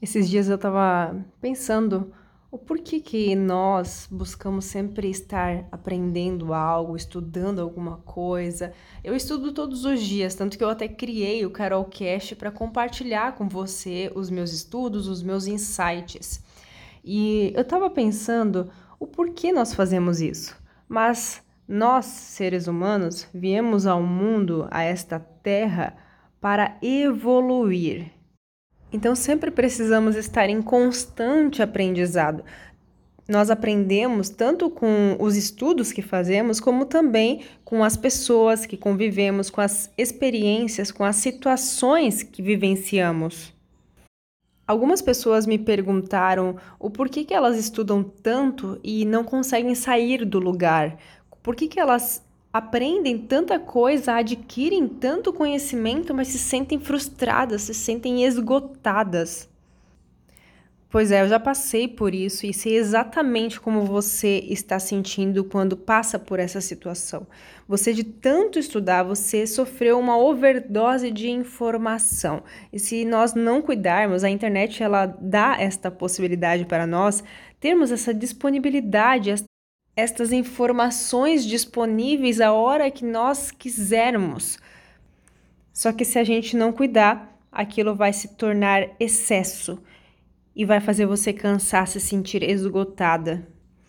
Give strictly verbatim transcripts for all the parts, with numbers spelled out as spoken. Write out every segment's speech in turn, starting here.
Esses dias eu estava pensando o porquê que nós buscamos sempre estar aprendendo algo, estudando alguma coisa. Eu estudo todos os dias, tanto que eu até criei o Carolcast para compartilhar com você os meus estudos, os meus insights. E eu estava pensando o porquê nós fazemos isso. Mas nós, seres humanos, viemos ao mundo, a esta terra, para evoluir. Então, sempre precisamos estar em constante aprendizado. Nós aprendemos tanto com os estudos que fazemos, como também com as pessoas que convivemos, com as experiências, com as situações que vivenciamos. Algumas pessoas me perguntaram o porquê que elas estudam tanto e não conseguem sair do lugar. Por que que elas aprendem tanta coisa, adquirem tanto conhecimento, mas se sentem frustradas, se sentem esgotadas. Pois é, eu já passei por isso e sei exatamente como você está sentindo quando passa por essa situação. Você, de tanto estudar, você sofreu uma overdose de informação. E se nós não cuidarmos, a internet ela dá esta possibilidade para nós termos essa disponibilidade, estas informações disponíveis a hora que nós quisermos. Só que se a gente não cuidar, aquilo vai se tornar excesso e vai fazer você cansar, se sentir esgotada.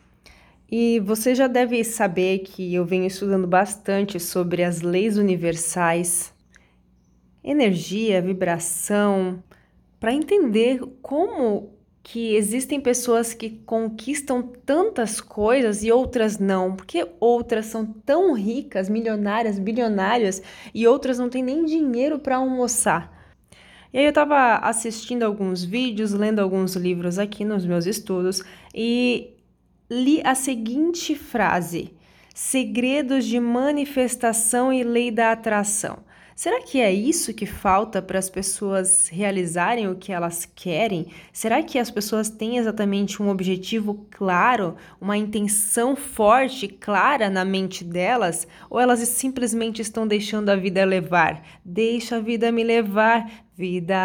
E você já deve saber que eu venho estudando bastante sobre as leis universais, energia, vibração, para entender como que existem pessoas que conquistam tantas coisas e outras não, porque outras são tão ricas, milionárias, bilionárias, e outras não têm nem dinheiro para almoçar. E aí eu estava assistindo alguns vídeos, lendo alguns livros aqui nos meus estudos e li a seguinte frase: segredos de manifestação e lei da atração. Será que é isso que falta para as pessoas realizarem o que elas querem? Será que as pessoas têm exatamente um objetivo claro, uma intenção forte, clara na mente delas? Ou elas simplesmente estão deixando a vida levar? Deixa a vida me levar, vida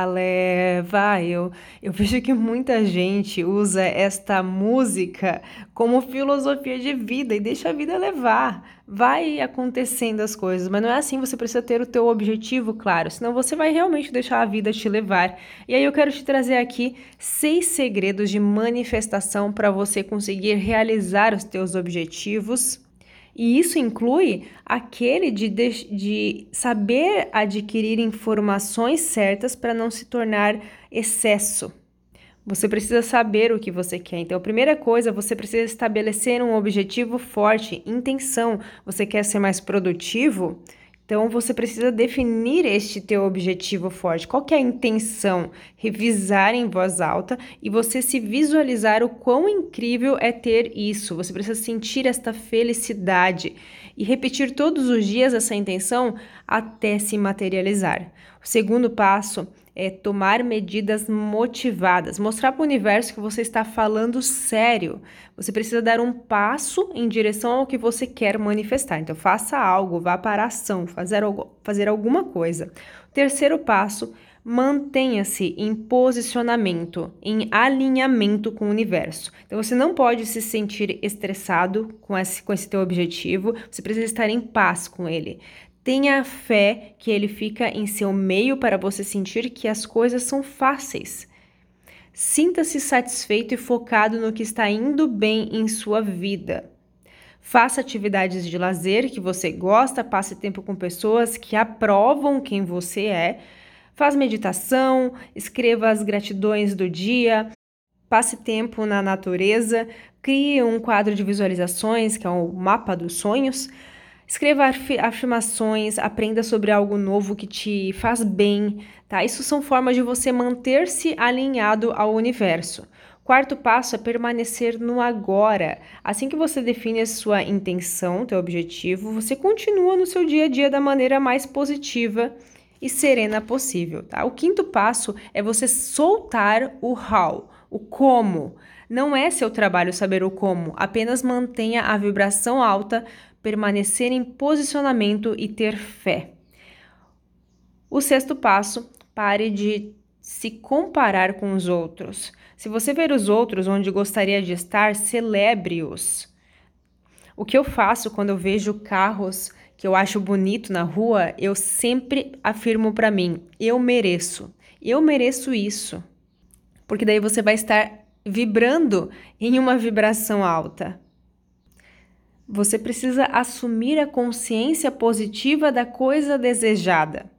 leva eu. Eu vejo que muita gente usa esta música como filosofia de vida e deixa a vida levar. Vai acontecendo as coisas, mas não é assim, você precisa ter o teu objetivo claro, senão você vai realmente deixar a vida te levar. E aí eu quero te trazer aqui seis segredos de manifestação para você conseguir realizar os teus objetivos. E isso inclui aquele de, de, de saber adquirir informações certas para não se tornar excesso. Você precisa saber o que você quer. Então, a primeira coisa, você precisa estabelecer um objetivo forte, intenção. Você quer ser mais produtivo? Então, você precisa definir este teu objetivo forte. Qual que é a intenção? Revisar em voz alta e você se visualizar o quão incrível é ter isso. Você precisa sentir esta felicidade e repetir todos os dias essa intenção até se materializar. O segundo passo é tomar medidas motivadas, mostrar para o universo que você está falando sério. Você precisa dar um passo em direção ao que você quer manifestar. Então, faça algo, vá para a ação, fazer, algo, fazer alguma coisa. O terceiro passo, mantenha-se em posicionamento, em alinhamento com o universo. Então, você não pode se sentir estressado com esse, com esse teu objetivo, você precisa estar em paz com ele. Tenha fé que ele fica em seu meio para você sentir que as coisas são fáceis. Sinta-se satisfeito e focado no que está indo bem em sua vida. Faça atividades de lazer que você gosta, passe tempo com pessoas que aprovam quem você é. Faz meditação, escreva as gratidões do dia, passe tempo na natureza, crie um quadro de visualizações, que é o mapa dos sonhos. Escreva afirmações, aprenda sobre algo novo que te faz bem, tá? Isso são formas de você manter-se alinhado ao universo. Quarto passo é permanecer no agora. Assim que você define a sua intenção, teu objetivo, você continua no seu dia a dia da maneira mais positiva e serena possível, tá? O quinto passo é você soltar o how, o como. Não é seu trabalho saber o como, apenas mantenha a vibração alta, permanecer em posicionamento e ter fé. O sexto passo, pare de se comparar com os outros. Se você ver os outros onde gostaria de estar, celebre-os. O que eu faço quando eu vejo carros que eu acho bonito na rua, eu sempre afirmo para mim, eu mereço, eu mereço isso. Porque daí você vai estar vibrando em uma vibração alta. Você precisa assumir a consciência positiva da coisa desejada.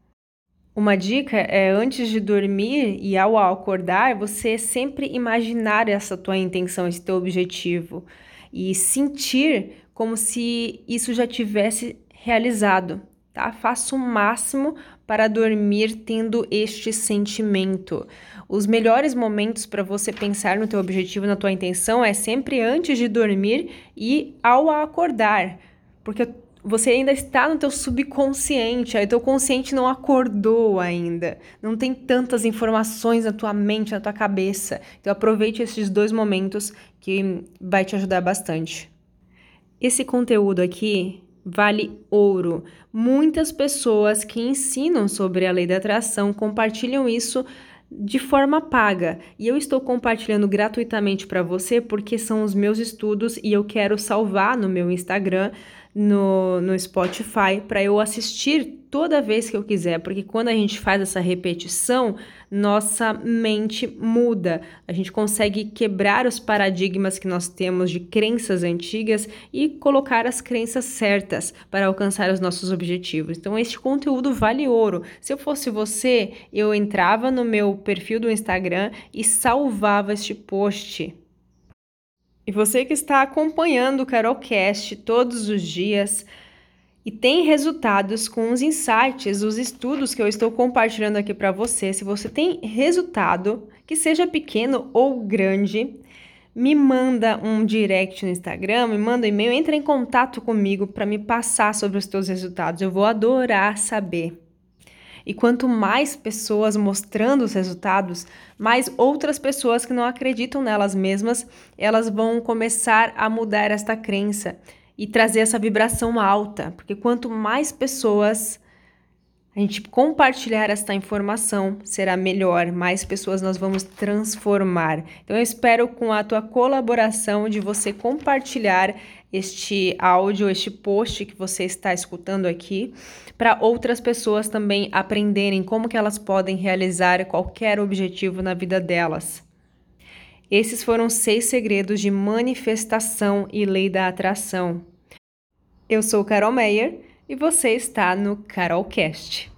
Uma dica é, antes de dormir e ao acordar, você sempre imaginar essa tua intenção, esse teu objetivo e sentir como se isso já tivesse realizado, tá? Faça o máximo para dormir tendo este sentimento. Os melhores momentos para você pensar no teu objetivo, na tua intenção, é sempre antes de dormir e ao acordar, porque você ainda está no teu subconsciente, aí teu consciente não acordou ainda, não tem tantas informações na tua mente, na tua cabeça. Então aproveite esses dois momentos que vai te ajudar bastante. Esse conteúdo aqui vale ouro. Muitas pessoas que ensinam sobre a lei da atração compartilham isso de forma paga, e eu estou compartilhando gratuitamente para você porque são os meus estudos e eu quero salvar no meu Instagram, no, no Spotify, para eu assistir toda vez que eu quiser, porque quando a gente faz essa repetição, nossa mente muda, a gente consegue quebrar os paradigmas que nós temos de crenças antigas e colocar as crenças certas para alcançar os nossos objetivos. Então, este conteúdo vale ouro. Se eu fosse você, eu entrava no meu perfil do Instagram e salvava este post. E você que está acompanhando o Carolcast todos os dias e tem resultados com os insights, os estudos que eu estou compartilhando aqui para você, se você tem resultado, que seja pequeno ou grande, me manda um direct no Instagram, me manda um e-mail, entra em contato comigo para me passar sobre os teus resultados. Eu vou adorar saber. E quanto mais pessoas mostrando os resultados, mais outras pessoas que não acreditam nelas mesmas, elas vão começar a mudar esta crença e trazer essa vibração alta. Porque quanto mais pessoas a gente compartilhar esta informação, será melhor, mais pessoas nós vamos transformar. Então eu espero com a tua colaboração de você compartilhar este áudio, este post que você está escutando aqui, para outras pessoas também aprenderem como que elas podem realizar qualquer objetivo na vida delas. Esses foram seis segredos de manifestação e lei da atração. Eu sou Carol Meyer e você está no Carolcast.